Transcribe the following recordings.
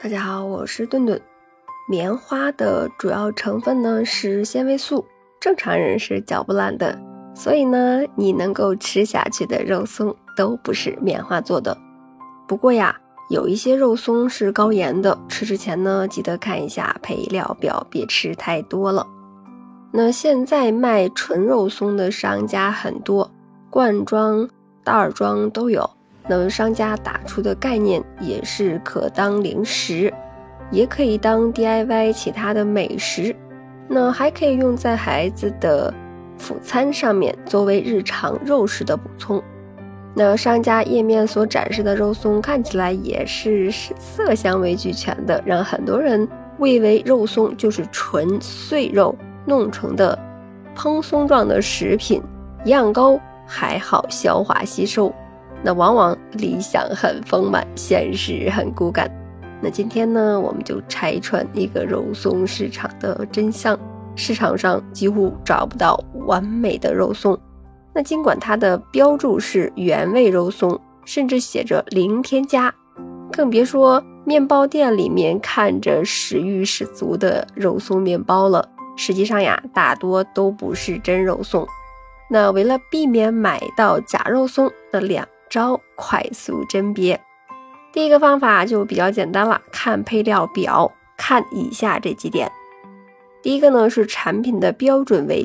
大家好，我是顿顿。棉花的主要成分呢是纤维素，正常人是嚼不烂的，所以呢你能够吃下去的肉松都不是棉花做的。不过呀，有一些肉松是高盐的，吃之前呢记得看一下配料表，别吃太多了。那现在卖纯肉松的商家很多，罐装、袋装都有。那么商家打出的概念也是可当零食，也可以当 DIY 其他的美食，那还可以用在孩子的辅餐上面，作为日常肉食的补充。那商家页面所展示的肉松看起来也是色香味俱全的，让很多人误以为肉松就是纯碎肉弄成的蓬松状的食品，样高还好消化吸收。那往往理想很丰满，现实很骨感。那今天呢，我们就拆穿一个肉松市场的真相。市场上几乎找不到完美的肉松，那尽管它的标注是原味肉松，甚至写着零添加，更别说面包店里面看着食欲十足的肉松面包了，实际上呀，大多都不是真肉松。那为了避免买到假肉松，那两招快速甄别。第一个方法就比较简单了，看配料表，看以下这几点。第一个呢是产品的标准为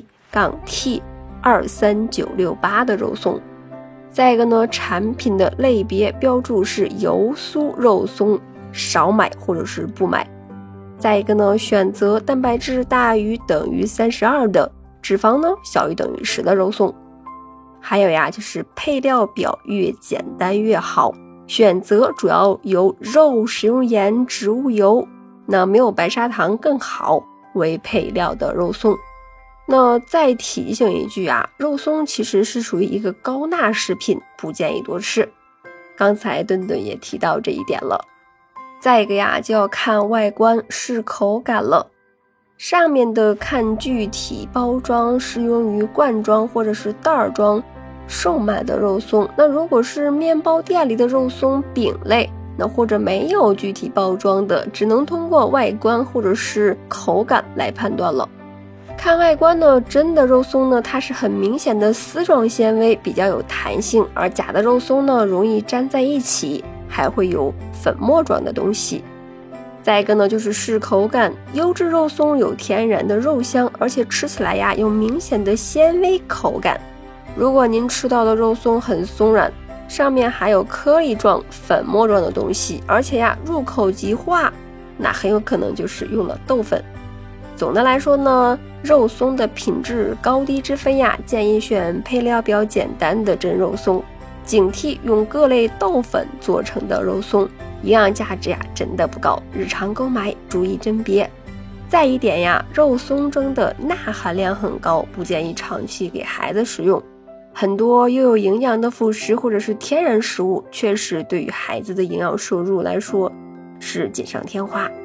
GB-T23968 的肉松。再一个呢，产品的类别标注是油酥肉松，少买或者是不买。再一个呢，选择蛋白质大于等于32的，脂肪呢小于等于10的肉松。还有呀，就是配料表越简单越好，选择主要由肉、食用盐、植物油，那没有白砂糖更好为配料的肉松。那再提醒一句啊，肉松其实是属于一个高钠食品，不建议多吃。刚才顿顿也提到这一点了。再一个呀，就要看外观是口感了。上面的看具体包装，适用于罐装或者是袋装售卖的肉松。那如果是面包店里的肉松饼类，那或者没有具体包装的，只能通过外观或者是口感来判断了。看外观呢，真的肉松呢，它是很明显的丝状纤维，比较有弹性，而假的肉松呢，容易粘在一起，还会有粉末状的东西。再一个呢，就是试口感，优质肉松有天然的肉香，而且吃起来呀有明显的纤维口感。如果您吃到的肉松很松软，上面还有颗粒状、粉末状的东西，而且呀入口即化，那很有可能就是用了豆粉。总的来说呢，肉松的品质高低之分呀，建议选配料表简单的真肉松，警惕用各类豆粉做成的肉松，营养价值呀真的不高，日常购买注意甄别。再一点呀，肉松中的钠含量很高，不建议长期给孩子食用。很多又有营养的辅食或者是天然食物，确实对于孩子的营养摄入来说是锦上添花。